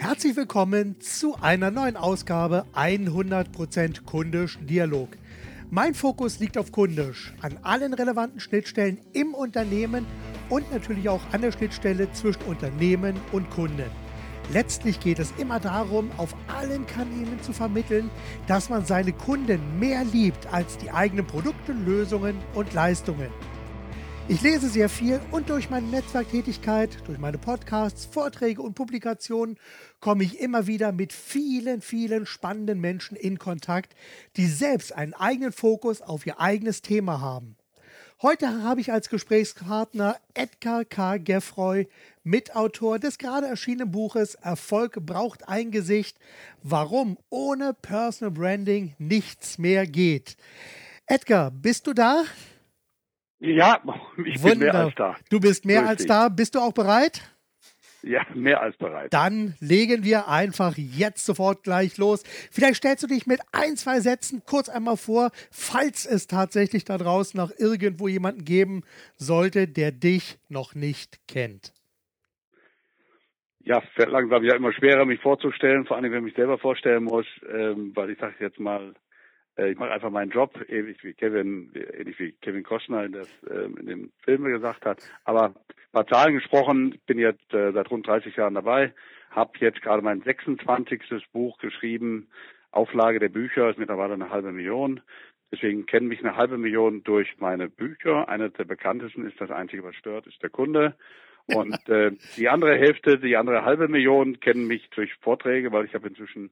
Herzlich willkommen zu einer neuen Ausgabe 100% Kundisch Dialog. Mein Fokus liegt auf Kundisch, an allen relevanten Schnittstellen im Unternehmen und natürlich auch an der Schnittstelle zwischen Unternehmen und Kunden. Letztlich geht es immer darum, auf allen Kanälen zu vermitteln, dass man seine Kunden mehr liebt als die eigenen Produkte, Lösungen und Leistungen. Ich lese sehr viel und durch meine Netzwerktätigkeit, durch meine Podcasts, Vorträge und Publikationen komme ich immer wieder mit vielen spannenden Menschen in Kontakt, die selbst einen eigenen Fokus auf ihr eigenes Thema haben. Heute habe ich als Gesprächspartner Edgar K. Geffroy, Mitautor des gerade erschienenen Buches Erfolg braucht ein Gesicht, warum ohne Personal Branding nichts mehr geht. Edgar, bist du da? Ja, ich bin mehr als da. Du bist mehr als da. Bist du auch bereit? Ja, mehr als bereit. Dann legen wir einfach jetzt sofort gleich los. Vielleicht stellst du dich mit 1-2 Sätzen kurz einmal vor, falls es tatsächlich da draußen noch irgendwo jemanden geben sollte, der dich noch nicht kennt. Ja, fällt langsam ja immer schwerer, mich vorzustellen, vor allem, wenn ich mich selber vorstellen muss, weil ich sage jetzt mal, ich mache einfach meinen Job, ähnlich wie Kevin Costner in dem Film gesagt hat. Aber ein paar Zahlen gesprochen, ich bin jetzt seit rund 30 Jahren dabei, habe jetzt gerade mein 26. Buch geschrieben. Auflage der Bücher ist mittlerweile 500.000. Deswegen kennen mich 500.000 durch meine Bücher. Einer der bekanntesten ist Das Einzige, was stört, ist der Kunde. Und die andere Hälfte, die andere 500.000 kennen mich durch Vorträge, weil ich habe inzwischen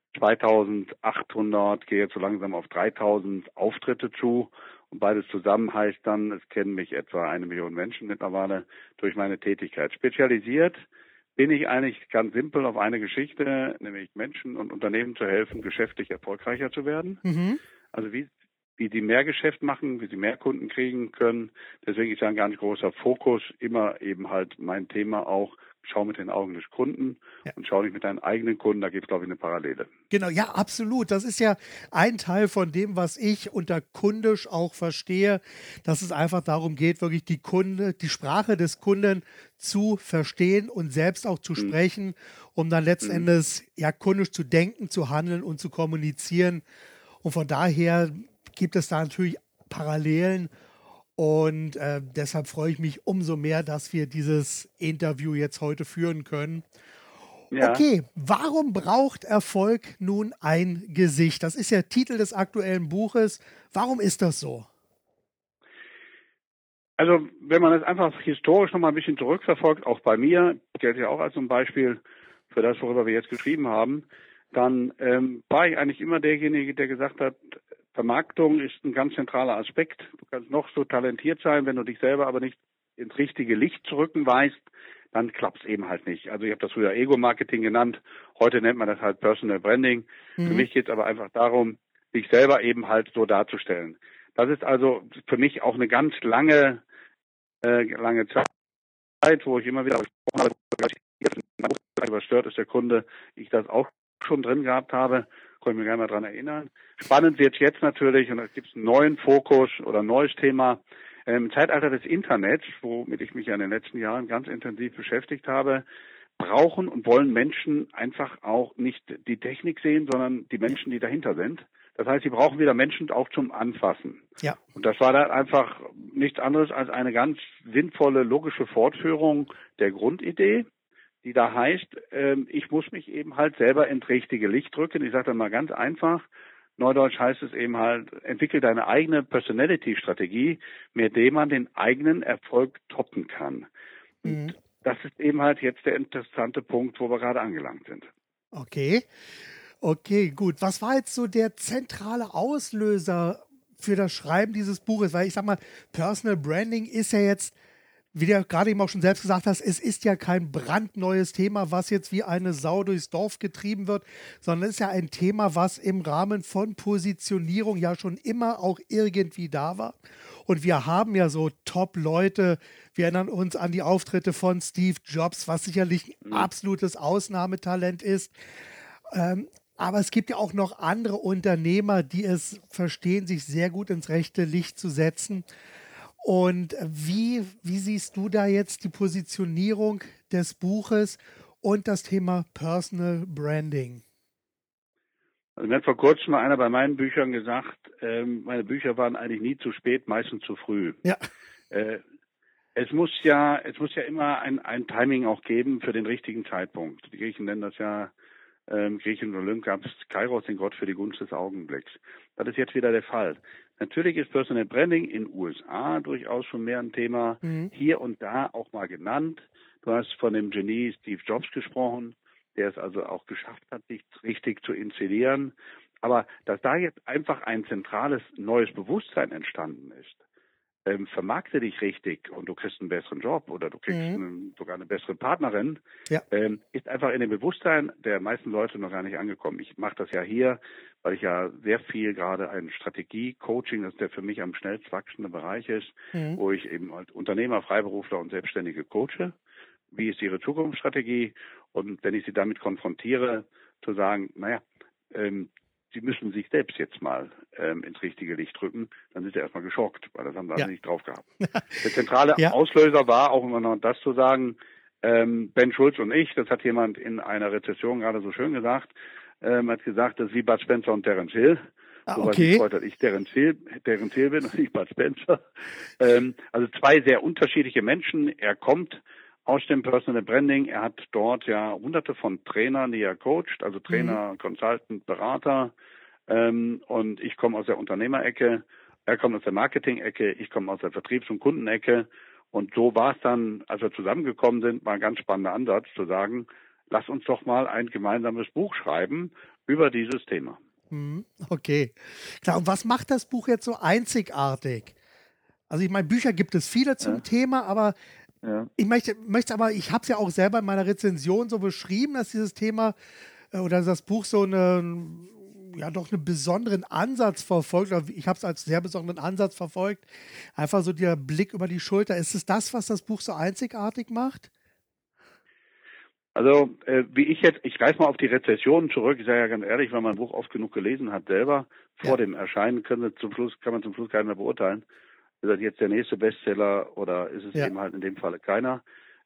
2.800, gehe jetzt so langsam auf 3.000 Auftritte zu. Und beides zusammen heißt dann, es kennen mich etwa 1 Million Menschen mittlerweile durch meine Tätigkeit. Spezialisiert bin ich eigentlich ganz simpel auf eine Geschichte, nämlich Menschen und Unternehmen zu helfen, geschäftlich erfolgreicher zu werden. Mhm. Also wie die mehr Geschäft machen, wie sie mehr Kunden kriegen können. Deswegen ist ja ein ganz großer Fokus immer eben halt mein Thema auch, schau mit den Augen des Kunden und schau nicht mit deinen eigenen Kunden, da gibt es, glaube ich, eine Parallele. Genau, ja, absolut. Das ist ja ein Teil von dem, was ich unter kundisch auch verstehe, dass es einfach darum geht, wirklich die Sprache des Kunden zu verstehen und selbst auch zu sprechen, um dann letzten Endes ja kundisch zu denken, zu handeln und zu kommunizieren. Und von daher gibt es da natürlich Parallelen. Und deshalb freue ich mich umso mehr, dass wir dieses Interview jetzt heute führen können. Ja. Okay, warum braucht Erfolg nun ein Gesicht? Das ist ja Titel des aktuellen Buches. Warum ist das so? Also wenn man das einfach historisch noch mal ein bisschen zurückverfolgt, auch bei mir, gilt ja auch als ein Beispiel für das, worüber wir jetzt geschrieben haben, dann war ich eigentlich immer derjenige, der gesagt hat, Vermarktung ist ein ganz zentraler Aspekt. Du kannst noch so talentiert sein, wenn du dich selber aber nicht ins richtige Licht zu rücken weißt, dann klappt es eben halt nicht. Also ich habe das früher Ego-Marketing genannt, heute nennt man das halt Personal Branding. Für mich geht es aber einfach darum, sich selber eben halt so darzustellen. Das ist also für mich auch eine ganz lange Zeit, wo ich immer wieder gesprochen habe, was stört, ist der Kunde, ich das auch schon drin gehabt habe, kann ich mich gerne mal dran erinnern. Spannend wird jetzt natürlich, und da gibt es einen neuen Fokus oder ein neues Thema, im Zeitalter des Internets, womit ich mich ja in den letzten Jahren ganz intensiv beschäftigt habe, brauchen und wollen Menschen einfach auch nicht die Technik sehen, sondern die Menschen, die dahinter sind. Das heißt, sie brauchen wieder Menschen auch zum Anfassen. Ja. Und das war dann einfach nichts anderes als eine ganz sinnvolle, logische Fortführung der Grundidee, die da heißt, ich muss mich eben halt selber ins richtige Licht drücken. Ich sage dann mal ganz einfach, Neudeutsch heißt es eben halt, entwickel deine eigene Personality-Strategie, mit der man den eigenen Erfolg toppen kann. Und das ist eben halt jetzt der interessante Punkt, wo wir gerade angelangt sind. Okay, gut. Was war jetzt so der zentrale Auslöser für das Schreiben dieses Buches? Weil ich sag mal, Personal Branding ist ja jetzt, wie du gerade eben auch schon selbst gesagt hast, es ist ja kein brandneues Thema, was jetzt wie eine Sau durchs Dorf getrieben wird, sondern es ist ja ein Thema, was im Rahmen von Positionierung ja schon immer auch irgendwie da war. Und wir haben ja so Top-Leute, wir erinnern uns an die Auftritte von Steve Jobs, was sicherlich ein absolutes Ausnahmetalent ist. Aber es gibt ja auch noch andere Unternehmer, die es verstehen, sich sehr gut ins rechte Licht zu setzen. Und wie siehst du da jetzt die Positionierung des Buches und das Thema Personal Branding. Also mir hat vor kurzem mal einer bei meinen Büchern gesagt, meine Bücher waren eigentlich nie zu spät, meistens zu früh. Ja. Äh, es muss ja immer ein Timing auch geben für den richtigen Zeitpunkt. Die Griechen nennen das ja, Griechen und Olymp gab es Kairos, den Gott für die Gunst des Augenblicks. Das ist jetzt wieder der Fall. Natürlich ist Personal Branding in den USA durchaus schon mehr ein Thema, hier und da auch mal genannt. Du hast von dem Genie Steve Jobs gesprochen, der es also auch geschafft hat, sich richtig zu inszenieren. Aber dass da jetzt einfach ein zentrales neues Bewusstsein entstanden ist, vermarkte dich richtig und du kriegst einen besseren Job oder du kriegst sogar eine bessere Partnerin, Ja. ist einfach in dem Bewusstsein der meisten Leute noch gar nicht angekommen. Ich mache das ja hier, weil ich ja sehr viel gerade ein Strategie-Coaching, das der für mich am schnellst wachsende Bereich ist, wo ich eben als Unternehmer, Freiberufler und Selbstständige coache. Wie ist ihre Zukunftsstrategie? Und wenn ich sie damit konfrontiere, zu sagen, naja, sie müssen sich selbst jetzt mal ins richtige Licht rücken, dann sind sie erstmal geschockt, weil das haben sie alle nicht drauf gehabt. Der zentrale Auslöser war auch immer noch das zu sagen, Ben Schulz und ich, das hat jemand in einer Rezession gerade so schön gesagt, hat gesagt, das ist wie Bud Spencer und Terence Hill. Wobei mich freut, dass ich Terence Hill bin und nicht Bud Spencer. Also zwei sehr unterschiedliche Menschen. Er kommt aus dem Personal Branding. Er hat dort ja hunderte von Trainern, die er coacht, also Trainer, Consultant, Berater. Und ich komme aus der Unternehmerecke. Er kommt aus der Marketing-Ecke. Ich komme aus der Vertriebs- und Kundenecke. Und so war es dann, als wir zusammengekommen sind, mal ein ganz spannender Ansatz zu sagen, lass uns doch mal ein gemeinsames Buch schreiben über dieses Thema. Okay. Klar, und was macht das Buch jetzt so einzigartig? Also ich meine, Bücher gibt es viele zum Thema, aber ich möchte aber, ich habe es ja auch selber in meiner Rezension so beschrieben, dass dieses Thema oder das Buch so einen besonderen Ansatz verfolgt. Oder ich habe es als sehr besonderen Ansatz verfolgt. Einfach so der Blick über die Schulter. Ist es das, was das Buch so einzigartig macht? Also ich greife mal auf die Rezessionen zurück. Ich sage ja ganz ehrlich, wenn man ein Buch oft genug gelesen hat selber, vor dem Erscheinen kann man zum Schluss keinen mehr beurteilen. Ist das jetzt der nächste Bestseller oder ist es eben halt in dem Falle keiner?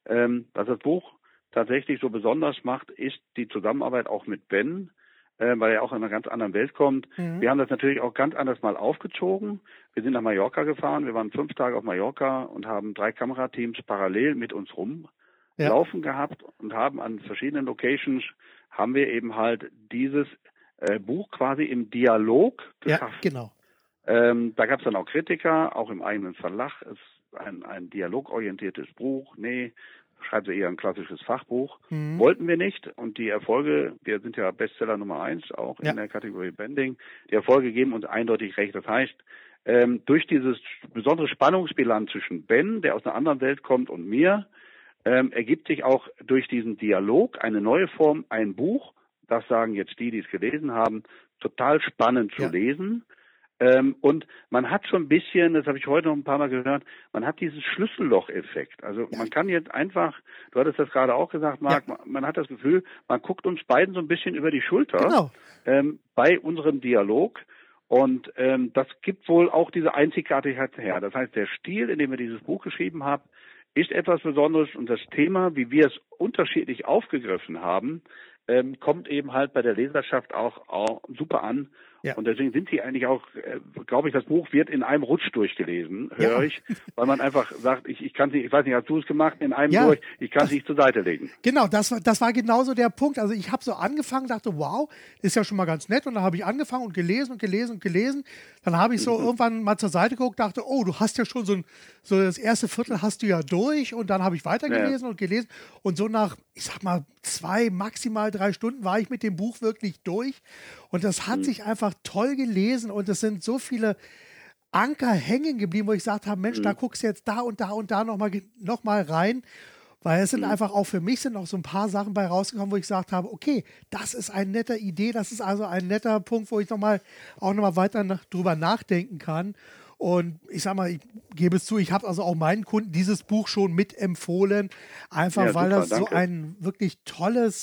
Was das Buch tatsächlich so besonders macht, ist die Zusammenarbeit auch mit Ben, weil er auch in einer ganz anderen Welt kommt. Wir haben das natürlich auch ganz anders mal aufgezogen. Wir sind nach Mallorca gefahren. Wir waren 5 Tage auf Mallorca und haben 3 Kamerateams parallel mit uns rumlaufen gehabt und haben an verschiedenen Locations haben wir eben halt dieses Buch quasi im Dialog geschafft. Ja, genau. Da gab es dann auch Kritiker, auch im eigenen Verlag. Es ist ein dialogorientiertes Buch. Nee, schreiben Sie eher ein klassisches Fachbuch. Wollten wir nicht. Und die Erfolge, wir sind ja Bestseller Nummer 1 auch in der Kategorie Branding. Die Erfolge geben uns eindeutig recht. Das heißt, durch dieses besondere Spannungsbilanz zwischen Ben, der aus einer anderen Welt kommt, und mir, ergibt sich auch durch diesen Dialog eine neue Form, ein Buch, das sagen jetzt die es gelesen haben, total spannend zu lesen. Und man hat schon ein bisschen, das habe ich heute noch ein paar Mal gehört, man hat dieses Schlüsselloch-Effekt. Also man kann jetzt einfach, du hattest das gerade auch gesagt, Marc, man hat das Gefühl, man guckt uns beiden so ein bisschen über die Schulter bei unserem Dialog. Und das gibt wohl auch diese Einzigartigkeit her. Das heißt, der Stil, in dem wir dieses Buch geschrieben haben, ist etwas Besonderes. Und das Thema, wie wir es unterschiedlich aufgegriffen haben, kommt eben halt bei der Leserschaft auch super an. Ja. Und deswegen sind sie eigentlich auch, glaube ich, das Buch wird in einem Rutsch durchgelesen, höre ich, weil man einfach sagt, ich kann sie, ich weiß nicht, hast du es gemacht, in einem durch, ich kann sie nicht zur Seite legen. Genau, das war genauso der Punkt. Also ich habe so angefangen, dachte, wow, ist ja schon mal ganz nett. Und dann habe ich angefangen und gelesen und gelesen und gelesen. Dann habe ich so irgendwann mal zur Seite geguckt, dachte, oh, du hast ja schon so das erste Viertel hast du ja durch. Und dann habe ich weitergelesen und gelesen. Und so nach, ich sag mal, 2, maximal 3 Stunden war ich mit dem Buch wirklich durch. Und das hat sich einfach toll gelesen. Und es sind so viele Anker hängen geblieben, wo ich gesagt habe, Mensch, da guckst du jetzt da und da und da noch mal rein. Weil es sind einfach auch für mich sind auch so ein paar Sachen bei rausgekommen, wo ich gesagt habe, okay, das ist eine nette Idee, das ist also ein netter Punkt, wo ich noch mal weiter drüber nachdenken kann. Und ich sag mal, ich gebe es zu, ich habe also auch meinen Kunden dieses Buch schon mitempfohlen, einfach weil das so ein wirklich tolle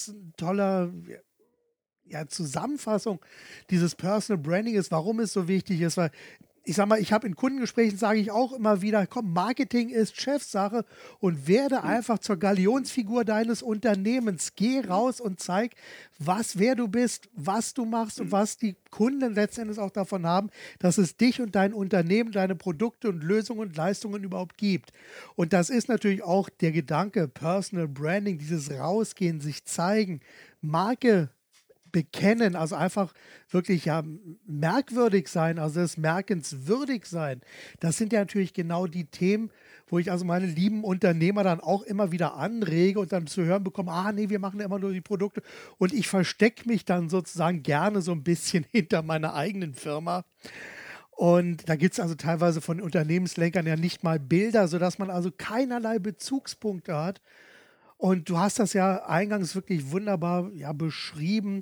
Zusammenfassung dieses Personal Branding ist, warum es so wichtig ist, weil ich sag mal, ich habe in Kundengesprächen, sage ich auch immer wieder, komm, Marketing ist Chefsache und werde einfach zur Galionsfigur deines Unternehmens. Geh raus und zeig, wer du bist, was du machst und was die Kunden letztendlich auch davon haben, dass es dich und dein Unternehmen, deine Produkte und Lösungen und Leistungen überhaupt gibt. Und das ist natürlich auch der Gedanke, Personal Branding, dieses Rausgehen, sich zeigen, Marke bekennen, also einfach wirklich ja merkwürdig sein, also das merkenswürdig sein. Das sind ja natürlich genau die Themen, wo ich also meine lieben Unternehmer dann auch immer wieder anrege und dann zu hören bekomme, nee, wir machen ja immer nur die Produkte und ich verstecke mich dann sozusagen gerne so ein bisschen hinter meiner eigenen Firma. Und da gibt es also teilweise von Unternehmenslenkern ja nicht mal Bilder, sodass man also keinerlei Bezugspunkte hat. Und du hast das ja eingangs wirklich wunderbar ja, beschrieben,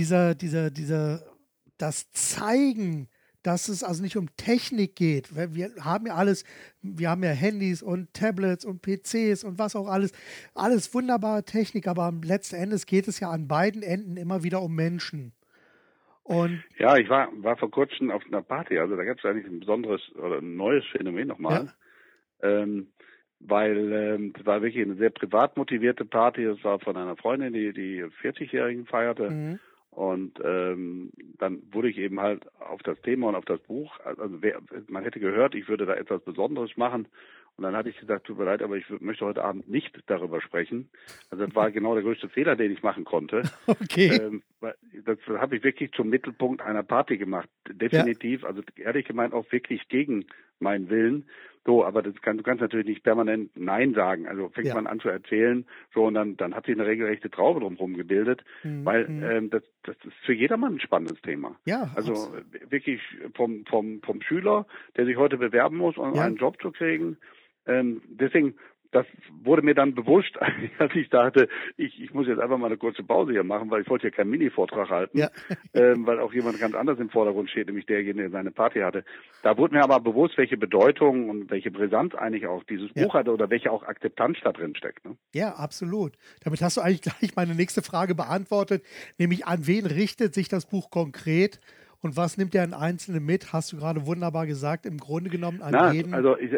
das Zeigen, dass es also nicht um Technik geht. Wir haben ja alles, wir haben ja Handys und Tablets und PCs und was auch alles, alles wunderbare Technik, aber am letzten Endes geht es ja an beiden Enden immer wieder um Menschen. Und Ja, ich war vor kurzem auf einer Party, also da gab es eigentlich ein besonderes oder ein neues Phänomen nochmal. ja, Das war wirklich eine sehr privat motivierte Party. Das war von einer Freundin, die 40-Jährigen feierte. mhm. Und dann wurde ich eben halt auf das Thema und auf das Buch, man hätte gehört, ich würde da etwas Besonderes machen. Und dann hatte ich gesagt, tut mir leid, aber ich möchte heute Abend nicht darüber sprechen. Also das war genau der größte Fehler, den ich machen konnte. Okay. Das habe ich wirklich zum Mittelpunkt einer Party gemacht. Definitiv, also ehrlich gemeint auch wirklich gegen meinen Willen. So, aber du kannst natürlich nicht permanent Nein sagen. Also fängt man an zu erzählen, so, und dann hat sich eine regelrechte Traube drumherum gebildet, weil das ist für jedermann ein spannendes Thema. Ja, also wirklich vom Schüler, der sich heute bewerben muss, um einen Job zu kriegen. Deswegen, das wurde mir dann bewusst, als ich dachte, ich muss jetzt einfach mal eine kurze Pause hier machen, weil ich wollte hier keinen Mini-Vortrag halten, weil auch jemand ganz anders im Vordergrund steht, nämlich derjenige, der seine Party hatte. Da wurde mir aber bewusst, welche Bedeutung und welche Brisanz eigentlich auch dieses Buch hatte oder welche auch Akzeptanz da drin steckt. Ne? Ja, absolut. Damit hast du eigentlich gleich meine nächste Frage beantwortet, nämlich an wen richtet sich das Buch konkret? Und was nimmt der in Einzelnen mit? Hast du gerade wunderbar gesagt, im Grunde genommen an jeden.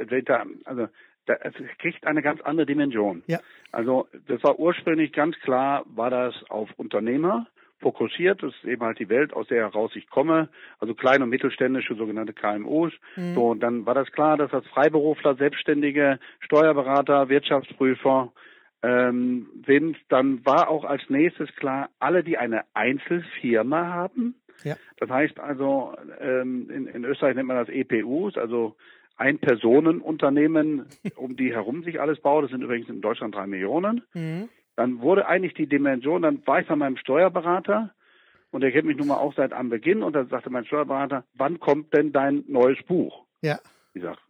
Es kriegt eine ganz andere Dimension. Ja. Also das war ursprünglich ganz klar, war das auf Unternehmer fokussiert. Das ist eben halt die Welt, aus der heraus ich komme. Also kleine und mittelständische, sogenannte KMUs. So, und dann war das klar, dass das Freiberufler, Selbstständige, Steuerberater, Wirtschaftsprüfer sind. Dann war auch als nächstes klar, alle, die eine Einzelfirma haben. Ja. Das heißt also, in Österreich nennt man das EPUs, also Ein-Personen-Unternehmen, um die herum sich alles baut. Das sind übrigens in Deutschland 3 Millionen. Dann wurde eigentlich die Dimension, dann war ich bei meinem Steuerberater und der kennt mich nun mal auch seit Anbeginn und dann sagte mein Steuerberater, wann kommt denn dein neues Buch? Ja. Ich sag,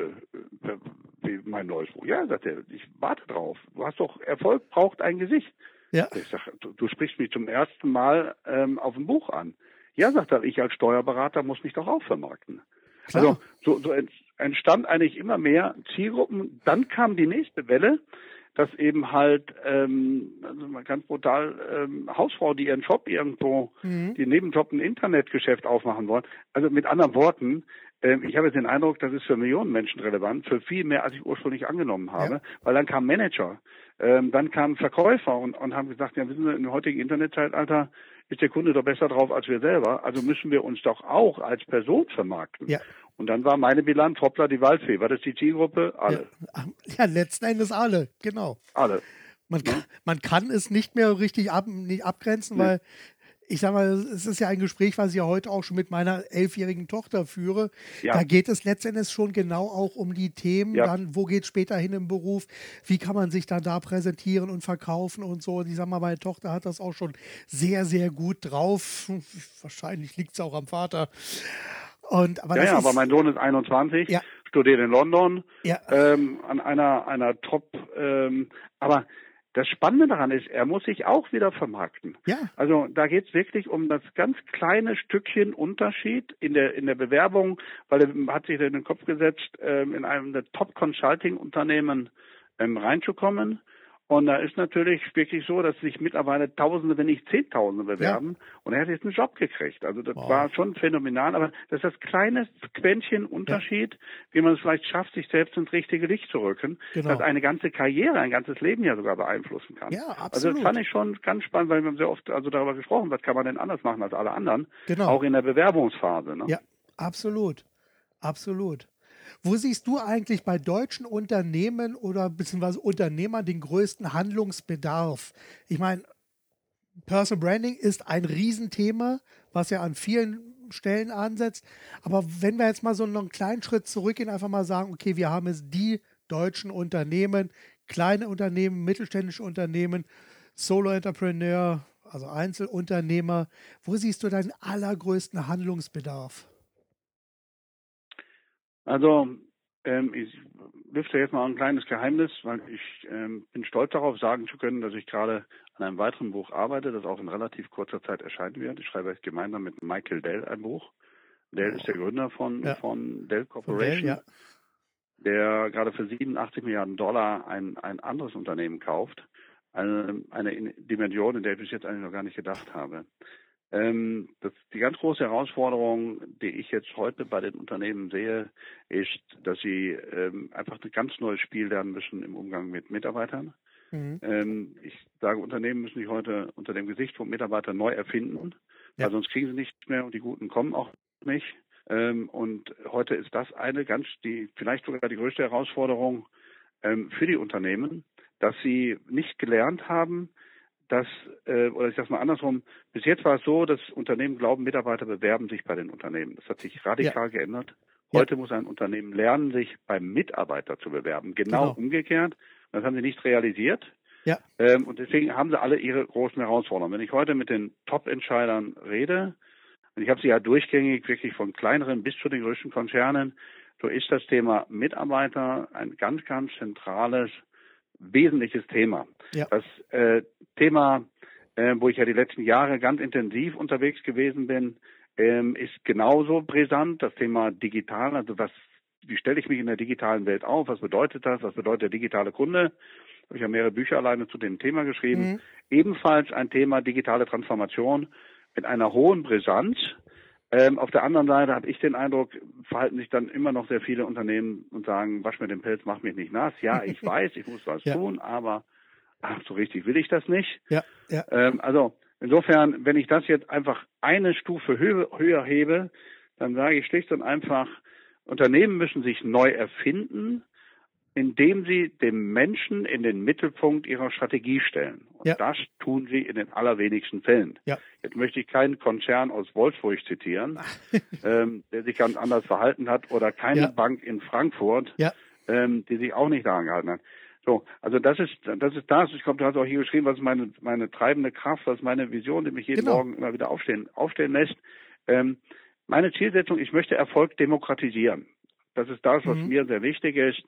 wie mein neues Buch? Ja, sagt er, ich warte drauf. Du hast doch, Erfolg braucht ein Gesicht. Ja. Ich sag, du sprichst mich zum ersten Mal auf ein Buch an. Ja, sagt er, ich als Steuerberater muss mich doch auch vermarkten. Klar. Also so entstand eigentlich immer mehr Zielgruppen. Dann kam die nächste Welle, dass eben halt, also mal ganz brutal, Hausfrau, die ihren Job irgendwo, die Nebenjob ein Internetgeschäft aufmachen wollen. Also mit anderen Worten, ich habe jetzt den Eindruck, das ist für Millionen Menschen relevant, für viel mehr, als ich ursprünglich angenommen habe, weil dann kamen Manager, dann kamen Verkäufer und haben gesagt, ja, wissen Sie, im heutigen Internetzeitalter ist der Kunde doch besser drauf als wir selber, also müssen wir uns doch auch als Person vermarkten. Ja. Und dann war meine Bilanz, hoppla, die Waldfee. War das die Zielgruppe? Alle. Ja, letzten Endes alle, genau. Alle. Man kann es nicht mehr richtig abgrenzen, weil ich sag mal, es ist ja ein Gespräch, was ich ja heute auch schon mit meiner 11-jährigen Tochter führe. Ja. Da geht es letztendlich schon genau auch um die Themen, dann, wo geht es später hin im Beruf, wie kann man sich dann da präsentieren und verkaufen und so. Und ich sag mal, meine Tochter hat das auch schon sehr, sehr gut drauf. Wahrscheinlich liegt es auch am Vater. Aber mein Sohn ist 21, studiert in London, an einer Top, aber das Spannende daran ist, er muss sich auch wieder vermarkten. Ja. Also da geht es wirklich um das ganz kleine Stückchen Unterschied in der Bewerbung, weil er hat sich in den Kopf gesetzt, in einem der Top-Consulting-Unternehmen reinzukommen. Und da ist natürlich wirklich so, dass sich mittlerweile Tausende, wenn nicht Zehntausende bewerben. Ja. Und er hat jetzt einen Job gekriegt. Also das war schon phänomenal. Aber das ist das kleine Quäntchen Unterschied, wie man es vielleicht schafft, sich selbst ins richtige Licht zu rücken, das eine ganze Karriere, ein ganzes Leben ja sogar beeinflussen kann. Ja, absolut. Also das fand ich schon ganz spannend, weil wir haben sehr oft darüber gesprochen, was kann man denn anders machen als alle anderen, auch in der Bewerbungsphase. Ne? Ja, absolut. Absolut. Wo siehst du eigentlich bei deutschen Unternehmen oder beziehungsweise Unternehmern den größten Handlungsbedarf? Ich meine, Personal Branding ist ein Riesenthema, was ja an vielen Stellen ansetzt. Aber wenn wir jetzt mal so einen kleinen Schritt zurückgehen, einfach mal sagen, okay, wir haben jetzt die deutschen Unternehmen, kleine Unternehmen, mittelständische Unternehmen, Solo-Entrepreneur, also Einzelunternehmer. Wo siehst du deinen allergrößten Handlungsbedarf? Also, ich lüfte jetzt mal ein kleines Geheimnis, weil ich bin stolz darauf, sagen zu können, dass ich gerade an einem weiteren Buch arbeite, das auch in relativ kurzer Zeit erscheinen wird. Ich schreibe jetzt gemeinsam mit Michael Dell ein Buch. Dell ist der Gründer von Dell Corporation, der gerade für 87 Milliarden Dollar ein anderes Unternehmen kauft. Eine Dimension, in der ich bis jetzt eigentlich noch gar nicht gedacht habe. Die ganz große Herausforderung, die ich jetzt heute bei den Unternehmen sehe, ist, dass sie einfach ein ganz neues Spiel lernen müssen im Umgang mit Mitarbeitern. Ich sage, Unternehmen müssen sich heute unter dem Gesicht vom Mitarbeiter neu erfinden, weil sonst kriegen sie nichts mehr und die Guten kommen auch nicht. Und heute ist das vielleicht sogar die größte Herausforderung für die Unternehmen, dass sie nicht gelernt haben, oder ich sage mal andersrum, bis jetzt war es so, dass Unternehmen glauben, Mitarbeiter bewerben sich bei den Unternehmen. Das hat sich radikal geändert. Heute muss ein Unternehmen lernen, sich beim Mitarbeiter zu bewerben. Genau umgekehrt. Das haben sie nicht realisiert. Und deswegen haben sie alle ihre großen Herausforderungen. Wenn ich heute mit den Top-Entscheidern rede, und ich habe sie ja durchgängig wirklich von kleineren bis zu den größten Konzernen, so ist das Thema Mitarbeiter ein ganz, ganz zentrales, wesentliches Thema. Das Thema, wo ich ja die letzten Jahre ganz intensiv unterwegs gewesen bin, ist genauso brisant. Das Thema digital, also wie stelle ich mich in der digitalen Welt auf? Was bedeutet das? Was bedeutet der digitale Kunde? Habe ich ja mehrere Bücher alleine zu dem Thema geschrieben. Ebenfalls ein Thema digitale Transformation mit einer hohen Brisanz. Auf der anderen Seite habe ich den Eindruck, verhalten sich dann immer noch sehr viele Unternehmen und sagen, wasch mir den Pelz, mach mich nicht nass. Ja, ich weiß, ich muss was tun, aber so richtig will ich das nicht. Also insofern, wenn ich das jetzt einfach eine Stufe höher hebe, dann sage ich schlicht und einfach, Unternehmen müssen sich neu erfinden, indem sie den Menschen in den Mittelpunkt ihrer Strategie stellen. Und das tun sie in den allerwenigsten Fällen. Jetzt möchte ich keinen Konzern aus Wolfsburg zitieren, der sich ganz anders verhalten hat, oder keine Bank in Frankfurt, die sich auch nicht daran gehalten hat. So, also das ist das. Ich glaube, du hast auch hier geschrieben, was ist meine treibende Kraft, was ist meine Vision, die mich jeden Morgen immer wieder aufstehen lässt. Meine Zielsetzung, ich möchte Erfolg demokratisieren. Das ist das, was mir sehr wichtig ist.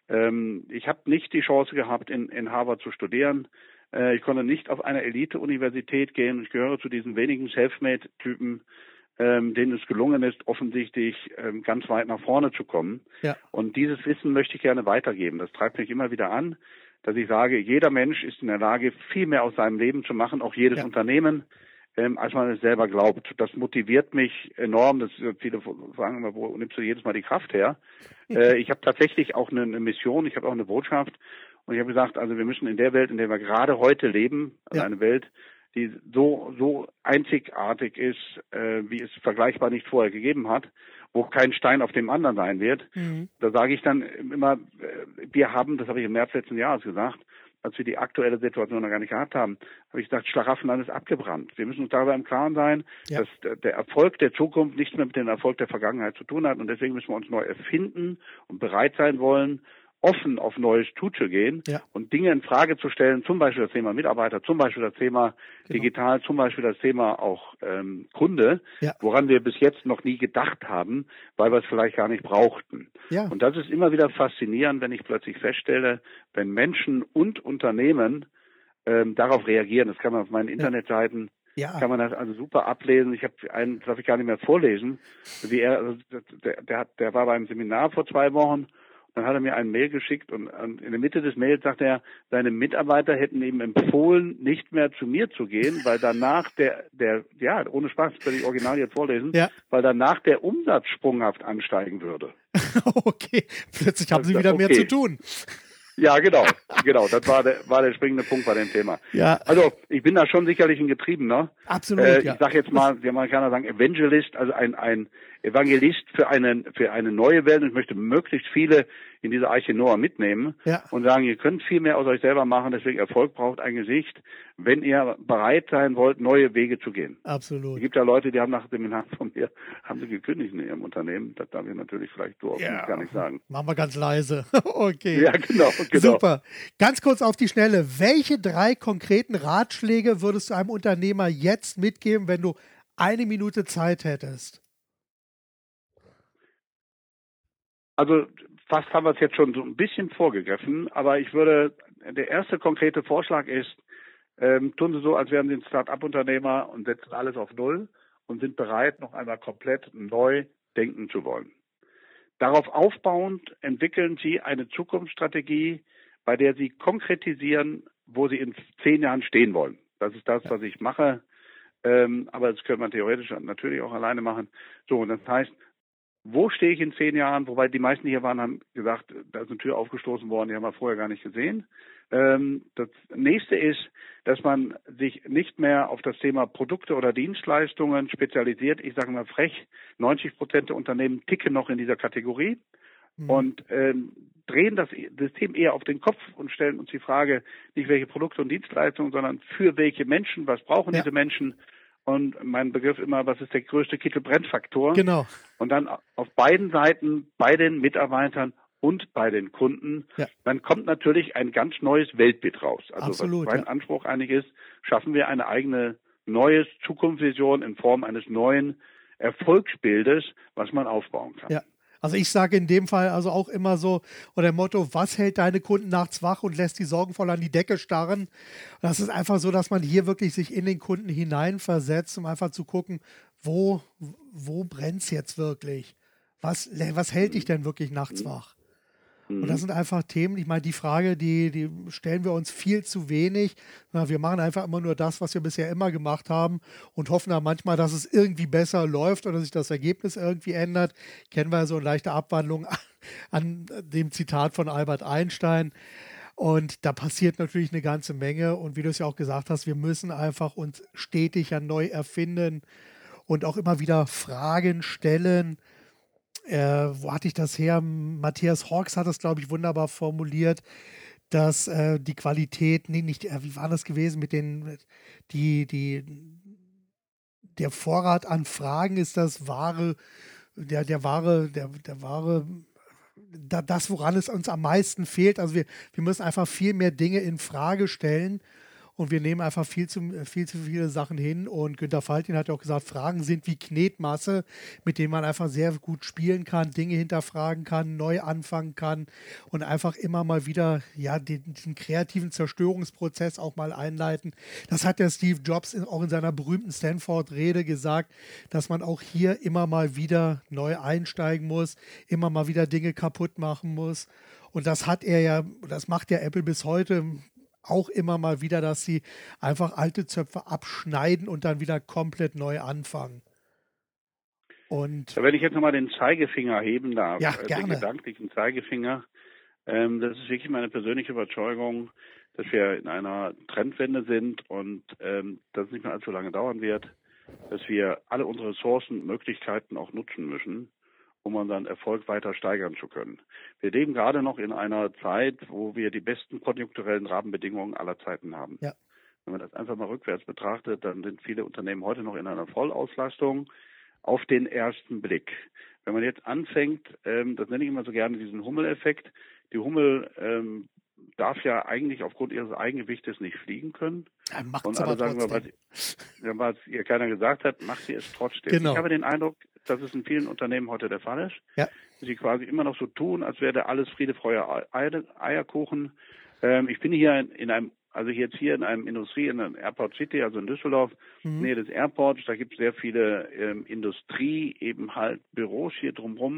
Ich habe nicht die Chance gehabt, in Harvard zu studieren. Ich konnte nicht auf eine Elite-Universität gehen. Ich gehöre zu diesen wenigen Selfmade-Typen, denen es gelungen ist, offensichtlich ganz weit nach vorne zu kommen. Und dieses Wissen möchte ich gerne weitergeben. Das treibt mich immer wieder an, dass ich sage, jeder Mensch ist in der Lage, viel mehr aus seinem Leben zu machen, auch jedes Unternehmen, als man es selber glaubt. Das motiviert mich enorm. Viele fragen immer, wo nimmst du jedes Mal die Kraft her? Ich habe tatsächlich auch eine Mission, ich habe auch eine Botschaft. Und ich habe gesagt, also wir müssen in der Welt, in der wir gerade heute leben, also eine Welt, die so einzigartig ist, wie es vergleichbar nicht vorher gegeben hat, wo kein Stein auf dem anderen sein wird. Da sage ich dann immer, wir haben, das habe ich im März letzten Jahres gesagt, als wir die aktuelle Situation noch gar nicht gehabt haben, habe ich gesagt, Schlaraffenland ist abgebrannt. Wir müssen uns darüber im Klaren sein, dass der Erfolg der Zukunft nichts mehr mit dem Erfolg der Vergangenheit zu tun hat. Und deswegen müssen wir uns neu erfinden und bereit sein wollen, offen auf Neues zuzugehen und Dinge in Frage zu stellen, zum Beispiel das Thema Mitarbeiter, zum Beispiel das Thema digital, zum Beispiel das Thema auch Kunde, woran wir bis jetzt noch nie gedacht haben, weil wir es vielleicht gar nicht brauchten. Und das ist immer wieder faszinierend, wenn ich plötzlich feststelle, wenn Menschen und Unternehmen darauf reagieren. Das kann man auf meinen Internetseiten kann man das also super ablesen. Ich habe einen, darf ich gar nicht mehr vorlesen, der war beim Seminar vor 2 Wochen. Dann hat er mir ein Mail geschickt und in der Mitte des Mails sagt er, seine Mitarbeiter hätten ihm empfohlen, nicht mehr zu mir zu gehen, weil danach ohne Spaß, das will ich original jetzt vorlesen, Ja. weil danach der Umsatz sprunghaft ansteigen würde. Okay, plötzlich haben Sie wieder mehr zu tun. Ja, genau. Das war der springende Punkt bei dem Thema. Ja. Also, ich bin da schon sicherlich ein Getriebener. Absolut, ja. Ich sag jetzt mal, wie man kann sagen, Evangelist, also ein Evangelist für eine neue Welt. Und ich möchte möglichst viele in diese Arche Noah mitnehmen und sagen, ihr könnt viel mehr aus euch selber machen. Deswegen Erfolg braucht ein Gesicht, wenn ihr bereit sein wollt, neue Wege zu gehen. Absolut. Es gibt ja Leute, die haben nach dem Seminar von mir, haben sie gekündigt in ihrem Unternehmen. Das darf ich natürlich vielleicht so gar nicht sagen. Machen wir ganz leise. Okay. Ja, genau. Super. Ganz kurz auf die Schnelle. Welche 3 konkreten Ratschläge würdest du einem Unternehmer jetzt mitgeben, wenn du 1 Minute Zeit hättest? Also fast haben wir es jetzt schon so ein bisschen vorgegriffen, aber der erste konkrete Vorschlag ist, tun Sie so, als wären Sie ein Start-up-Unternehmer und setzen alles auf Null und sind bereit, noch einmal komplett neu denken zu wollen. Darauf aufbauend entwickeln Sie eine Zukunftsstrategie, bei der Sie konkretisieren, wo Sie in 10 Jahren stehen wollen. Das ist das, was ich mache, aber das könnte man theoretisch natürlich auch alleine machen. So, und das heißt, wo stehe ich in 10 Jahren? Wobei die meisten hier waren, haben gesagt, da ist eine Tür aufgestoßen worden, die haben wir vorher gar nicht gesehen. Das nächste ist, dass man sich nicht mehr auf das Thema Produkte oder Dienstleistungen spezialisiert. Ich sage mal frech, 90% der Unternehmen ticken noch in dieser Kategorie und drehen das System eher auf den Kopf und stellen uns die Frage, nicht welche Produkte und Dienstleistungen, sondern für welche Menschen, was brauchen diese Menschen? Und mein Begriff immer, was ist der größte Kittelbrennfaktor? Genau. Und dann auf beiden Seiten, bei den Mitarbeitern und bei den Kunden, dann kommt natürlich ein ganz neues Weltbild raus. Also Absolut, was mein Anspruch eigentlich ist, schaffen wir eine eigene neue Zukunftsvision in Form eines neuen Erfolgsbildes, was man aufbauen kann. Ja. Also ich sage in dem Fall also auch immer so, oder Motto, was hält deine Kunden nachts wach und lässt die sorgenvoll an die Decke starren? Und das ist einfach so, dass man hier wirklich sich in den Kunden hineinversetzt, um einfach zu gucken, wo brennt es jetzt wirklich? Was hält dich denn wirklich nachts wach? Und das sind einfach Themen, ich meine, die Frage, die stellen wir uns viel zu wenig. Wir machen einfach immer nur das, was wir bisher immer gemacht haben und hoffen dann manchmal, dass es irgendwie besser läuft oder sich das Ergebnis irgendwie ändert. Kennen wir so eine leichte Abwandlung an dem Zitat von Albert Einstein. Und da passiert natürlich eine ganze Menge. Und wie du es ja auch gesagt hast, wir müssen einfach uns stetig ja neu erfinden und auch immer wieder Fragen stellen. Wo hatte ich das her? Matthias Hawkes hat das, glaube ich, wunderbar formuliert, dass die Qualität, wie war das gewesen mit der Vorrat an Fragen ist das wahre, das, woran es uns am meisten fehlt. Also wir müssen einfach viel mehr Dinge in Frage stellen. Und wir nehmen einfach viel zu viele Sachen hin. Und Günter Faltin hat ja auch gesagt, Fragen sind wie Knetmasse, mit denen man einfach sehr gut spielen kann, Dinge hinterfragen kann, neu anfangen kann und einfach immer mal wieder den kreativen Zerstörungsprozess auch mal einleiten. Das hat der Steve Jobs auch in seiner berühmten Stanford-Rede gesagt, dass man auch hier immer mal wieder neu einsteigen muss, immer mal wieder Dinge kaputt machen muss. Und das macht ja Apple bis heute auch immer mal wieder, dass sie einfach alte Zöpfe abschneiden und dann wieder komplett neu anfangen. Und wenn ich jetzt nochmal den Zeigefinger heben darf, gerne. Den gedanklichen Zeigefinger, das ist wirklich meine persönliche Überzeugung, dass wir in einer Trendwende sind und dass es nicht mehr allzu lange dauern wird, dass wir alle unsere Ressourcen und Möglichkeiten auch nutzen müssen, um unseren Erfolg weiter steigern zu können. Wir leben gerade noch in einer Zeit, wo wir die besten konjunkturellen Rahmenbedingungen aller Zeiten haben. Ja. Wenn man das einfach mal rückwärts betrachtet, dann sind viele Unternehmen heute noch in einer Vollauslastung auf den ersten Blick. Wenn man jetzt anfängt, das nenne ich immer so gerne diesen Hummeleffekt, die Hummel darf ja eigentlich aufgrund ihres Eigengewichtes nicht fliegen können. Und alle sagen, was ihr keiner gesagt hat, macht sie es trotzdem. Genau. Ich habe den Eindruck, dass es in vielen Unternehmen heute der Fall ist. Ja. Dass sie quasi immer noch so tun, als wäre alles Friede, Freude, Eierkuchen. Ich bin hier in einem in einem Airport City, also in Düsseldorf, Nähe des Airports. Da gibt es sehr viele Industrie, eben halt Büros hier drumherum.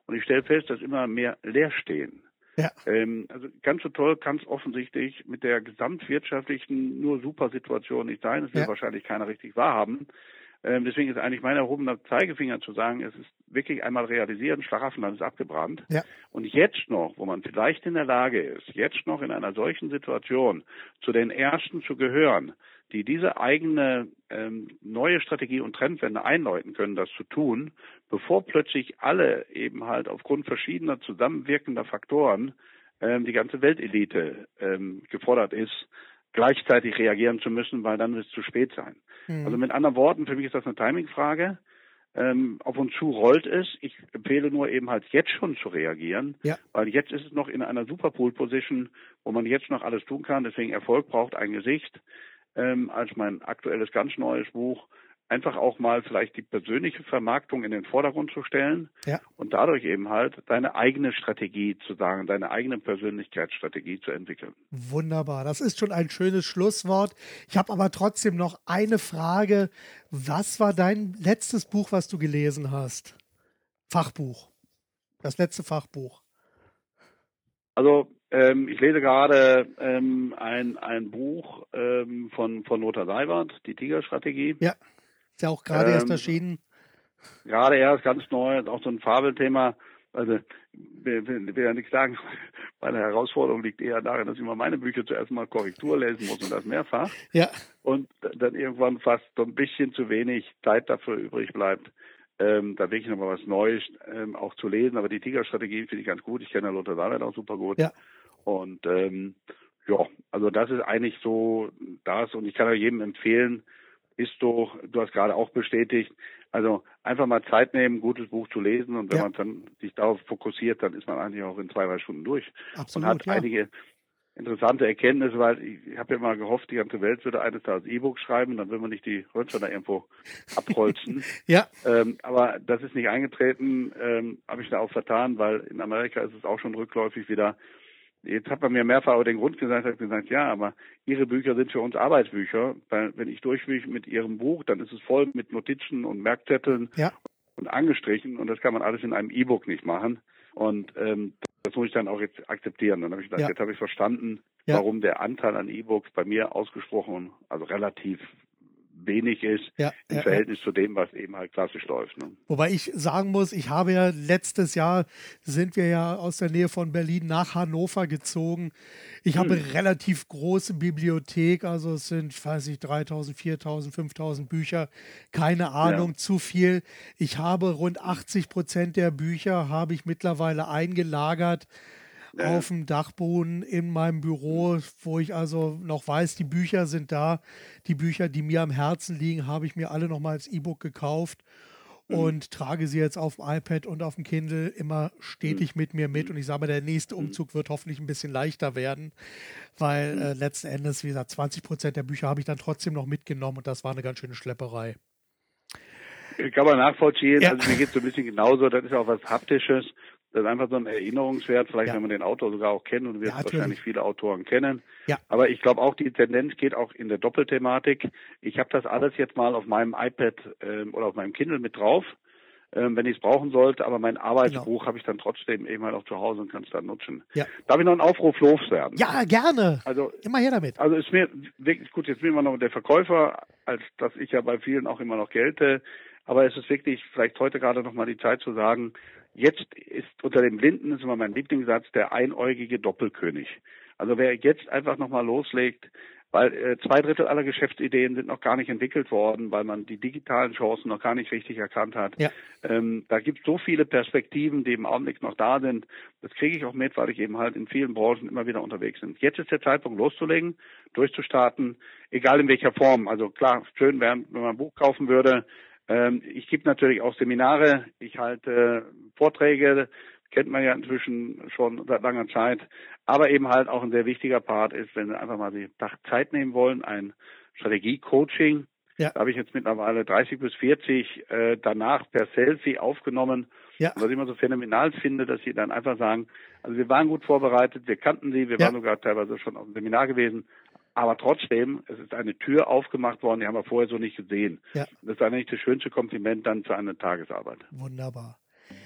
Und ich stelle fest, dass immer mehr leer stehen. Ja. Also ganz so toll kann es offensichtlich mit der gesamtwirtschaftlichen nur super Situation nicht sein. Das will wahrscheinlich keiner richtig wahrhaben. Deswegen ist eigentlich mein erhobener Zeigefinger zu sagen, es ist wirklich einmal realisieren, Schlaraffenland ist abgebrannt. Ja. Und jetzt noch, wo man vielleicht in der Lage ist, jetzt noch in einer solchen Situation zu den Ersten zu gehören, die diese eigene neue Strategie und Trendwende einläuten können, das zu tun, bevor plötzlich alle eben halt aufgrund verschiedener zusammenwirkender Faktoren die ganze Weltelite gefordert ist, gleichzeitig reagieren zu müssen, weil dann wird es zu spät sein. Also mit anderen Worten, für mich ist das eine Timingfrage. Auf uns zu rollt es. Ich empfehle nur eben halt jetzt schon zu reagieren, weil jetzt ist es noch in einer Super Pole Position, wo man jetzt noch alles tun kann. Deswegen Erfolg braucht ein Gesicht. Als mein aktuelles ganz neues Buch einfach auch mal vielleicht die persönliche Vermarktung in den Vordergrund zu stellen und dadurch eben halt deine eigene Strategie zu sagen, deine eigene Persönlichkeitsstrategie zu entwickeln. Wunderbar, das ist schon ein schönes Schlusswort. Ich habe aber trotzdem noch eine Frage. Was war dein letztes Buch, was du gelesen hast? Fachbuch. Das letzte Fachbuch. Also ich lese gerade ein Buch von Lothar Seiwert, die Tigerstrategie. Ja, ist ja auch gerade erst erschienen. Gerade erst, ganz neu, auch so ein Fabelthema. Also will ja nichts sagen, meine Herausforderung liegt eher darin, dass ich mal meine Bücher zuerst mal Korrektur lesen muss und das mehrfach. Ja. Und dann irgendwann fast so ein bisschen zu wenig Zeit dafür übrig bleibt, da wirklich nochmal was Neues auch zu lesen. Aber die Tigerstrategie finde ich ganz gut. Ich kenne Lothar Seiwert auch super gut. Ja. Und ja, also das ist eigentlich so das. Und ich kann ja jedem empfehlen, ist doch, du hast gerade auch bestätigt, also einfach mal Zeit nehmen, ein gutes Buch zu lesen. Und wenn man dann sich darauf fokussiert, dann ist man eigentlich auch in 2-3 Stunden durch. Absolut, und hat einige interessante Erkenntnisse, weil ich habe ja mal gehofft, die ganze Welt würde eines Tages E-Book schreiben, dann will man nicht die Röntgen da irgendwo abholzen. Aber das ist nicht eingetreten, habe ich da auch vertan, weil in Amerika ist es auch schon rückläufig wieder. Jetzt hat man mir mehrfach auch den Grund gesagt, hat gesagt, ja, aber Ihre Bücher sind für uns Arbeitsbücher, weil wenn ich durch bin mit Ihrem Buch, dann ist es voll mit Notizen und Merkzetteln und angestrichen und das kann man alles in einem E-Book nicht machen. Und das muss ich dann auch jetzt akzeptieren. Dann habe ich gesagt, jetzt habe ich verstanden, warum der Anteil an E-Books bei mir ausgesprochen, also relativ wenig ist im Verhältnis zu dem, was eben halt klassisch läuft. Ne? Wobei ich sagen muss, ich habe ja letztes Jahr, sind wir ja aus der Nähe von Berlin nach Hannover gezogen. Ich habe eine relativ große Bibliothek, also es sind, ich weiß nicht, 3.000, 4.000, 5.000 Bücher, keine Ahnung, zu viel. Ich habe rund 80% der Bücher habe ich mittlerweile eingelagert auf dem Dachboden in meinem Büro, wo ich also noch weiß, die Bücher sind da. Die Bücher, die mir am Herzen liegen, habe ich mir alle nochmal als E-Book gekauft und trage sie jetzt auf dem iPad und auf dem Kindle immer stetig mit mir mit. Und ich sage mal, der nächste Umzug wird hoffentlich ein bisschen leichter werden, weil letzten Endes, wie gesagt, 20% der Bücher habe ich dann trotzdem noch mitgenommen und das war eine ganz schöne Schlepperei. Kann man nachvollziehen. Also mir geht es so ein bisschen genauso. Das ist auch was Haptisches. Das ist einfach so ein Erinnerungswert, vielleicht wenn man den Autor sogar auch kennt und wird wahrscheinlich viele Autoren kennen. Aber ich glaube auch, die Tendenz geht auch in der Doppelthematik. Ich habe das alles jetzt mal auf meinem iPad oder auf meinem Kindle mit drauf, wenn ich es brauchen sollte. Aber mein Arbeitsbuch habe ich dann trotzdem eben halt auch zu Hause und kann es dann nutzen. Darf ich noch einen Aufruf loswerden? Ja, gerne. Also immer her damit. Also ist mir wirklich gut, jetzt bin ich immer noch der Verkäufer, als dass ich ja bei vielen auch immer noch gelte. Aber es ist wirklich vielleicht heute gerade noch mal die Zeit zu sagen, jetzt ist unter den Blinden, das ist immer mein Lieblingssatz, der einäugige Doppelkönig. Also wer jetzt einfach nochmal loslegt, weil 2/3 aller Geschäftsideen sind noch gar nicht entwickelt worden, weil man die digitalen Chancen noch gar nicht richtig erkannt hat. Da gibt es so viele Perspektiven, die im Augenblick noch da sind. Das kriege ich auch mit, weil ich eben halt in vielen Branchen immer wieder unterwegs bin. Jetzt ist der Zeitpunkt loszulegen, durchzustarten, egal in welcher Form. Also klar, schön wäre, wenn man ein Buch kaufen würde. Ich gebe natürlich auch Seminare, ich halte Vorträge, kennt man ja inzwischen schon seit langer Zeit, aber eben halt auch ein sehr wichtiger Part ist, wenn Sie einfach mal die Zeit nehmen wollen, ein Strategie-Coaching. Da habe ich jetzt mittlerweile 30 bis 40 danach per Selfie aufgenommen. Und was ich immer so phänomenal finde, dass Sie dann einfach sagen, also wir waren gut vorbereitet, wir kannten Sie, wir waren sogar teilweise schon auf dem Seminar gewesen. Aber trotzdem, es ist eine Tür aufgemacht worden, die haben wir vorher so nicht gesehen. Das ist eigentlich das schönste Kompliment dann für eine Tagesarbeit. Wunderbar.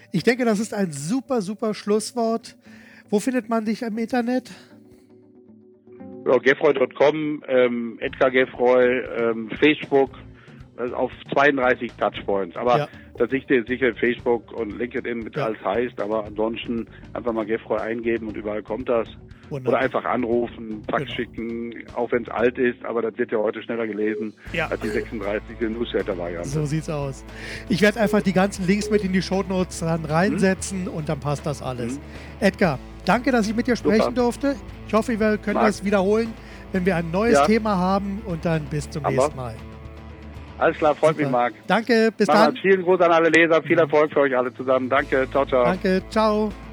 Ich denke, das ist ein super, super Schlusswort. Wo findet man dich im Internet? Ja, Gefroy.com, Edgar Gefroy, Facebook, auf 32 Touchpoints. Aber das ist sicher Facebook und LinkedIn mit alles heißt, aber ansonsten einfach mal Gefroy eingeben und überall kommt das. Wunderbar. Oder einfach anrufen, Fax schicken, auch wenn es alt ist, aber das wird ja heute schneller gelesen als die 36 Newsletter-Variante. So sieht's aus. Ich werde einfach die ganzen Links mit in die Shownotes reinsetzen und dann passt das alles. Edgar, danke, dass ich mit dir sprechen durfte. Ich hoffe, wir können das wiederholen, wenn wir ein neues Thema haben und dann bis zum nächsten Mal. Alles klar, freut mich, Marc. Danke, bis dann. Vielen Gruß an alle Leser, viel Erfolg für euch alle zusammen. Danke, ciao, ciao. Danke, ciao.